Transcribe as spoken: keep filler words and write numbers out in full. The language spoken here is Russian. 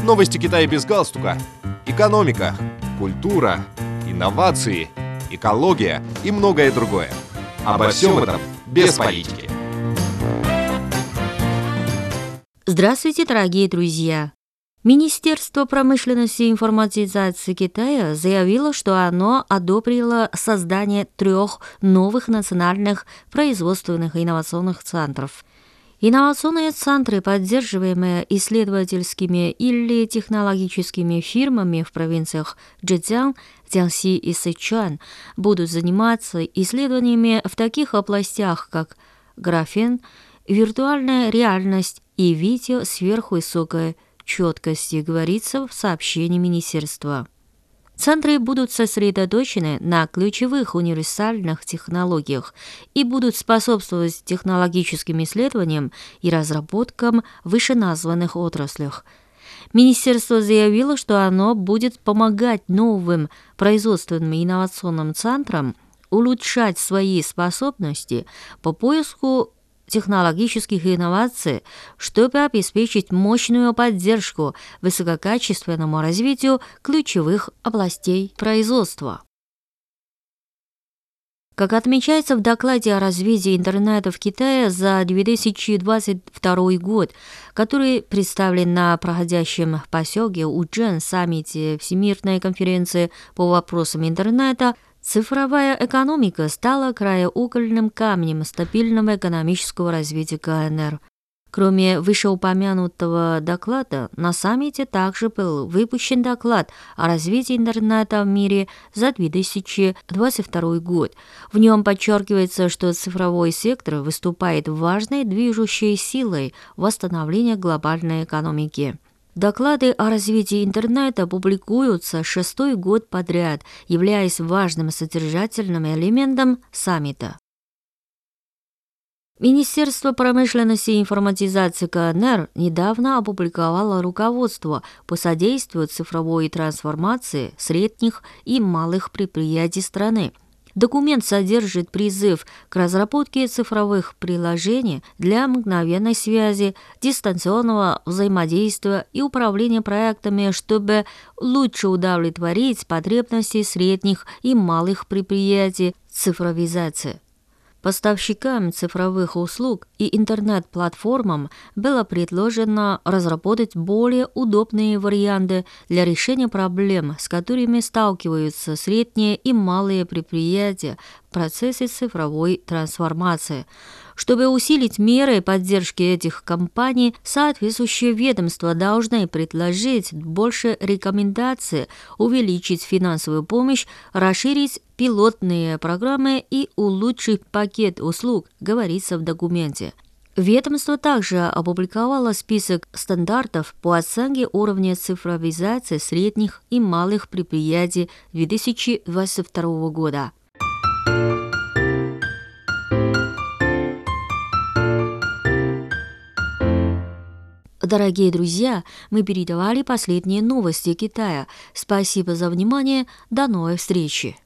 Новости Китая без галстука. Экономика, культура, инновации, экология и многое другое. Обо всем этом без политики. Здравствуйте, дорогие друзья! Министерство промышленности и информатизации Китая заявило, что оно одобрило создание трех новых национальных производственных и инновационных центров. Инновационные центры, поддерживаемые исследовательскими или технологическими фирмами в провинциях Чжэцзян, Цзянси и Сычуань, будут заниматься исследованиями в таких областях, как графен, виртуальная реальность и видео сверхвысокой четкости, говорится в сообщении министерства. Центры будут сосредоточены на ключевых универсальных технологиях и будут способствовать технологическим исследованиям и разработкам в вышеназванных отраслях. Министерство заявило, что оно будет помогать новым производственным и инновационным центрам улучшать свои способности по поиску технологических инноваций, чтобы обеспечить мощную поддержку высококачественному развитию ключевых областей производства. Как отмечается в докладе о развитии интернета в Китае за две тысячи двадцать второй год, который представлен на проходящем в поселке Уджэн саммите Всемирной конференции по вопросам интернета, цифровая экономика стала краеугольным камнем стабильного экономического развития КНР. Кроме вышеупомянутого доклада, на саммите также был выпущен доклад о развитии интернета в мире за две тысячи двадцать второй год. В нем подчеркивается, что цифровой сектор выступает важной движущей силой восстановления глобальной экономики. Доклады о развитии интернета публикуются шестой год подряд, являясь важным содержательным элементом саммита. Министерство промышленности и информатизации КНР недавно опубликовало руководство по содействию цифровой трансформации средних и малых предприятий страны. Документ содержит призыв к разработке цифровых приложений для мгновенной связи, дистанционного взаимодействия и управления проектами, чтобы лучше удовлетворить потребности средних и малых предприятий цифровизации. Поставщикам цифровых услуг и интернет-платформам было предложено разработать более удобные варианты для решения проблем, с которыми сталкиваются средние и малые предприятия в процессе цифровой трансформации. Чтобы усилить меры поддержки этих компаний, соответствующие ведомства должны предложить больше рекомендаций, увеличить финансовую помощь, расширить пилотные программы и улучшить пакет услуг, говорится в документе. Ведомство также опубликовало список стандартов по оценке уровня цифровизации средних и малых предприятий две тысячи двадцать второго года. Дорогие друзья, мы передавали последние новости Китая. Спасибо за внимание. До новой встречи.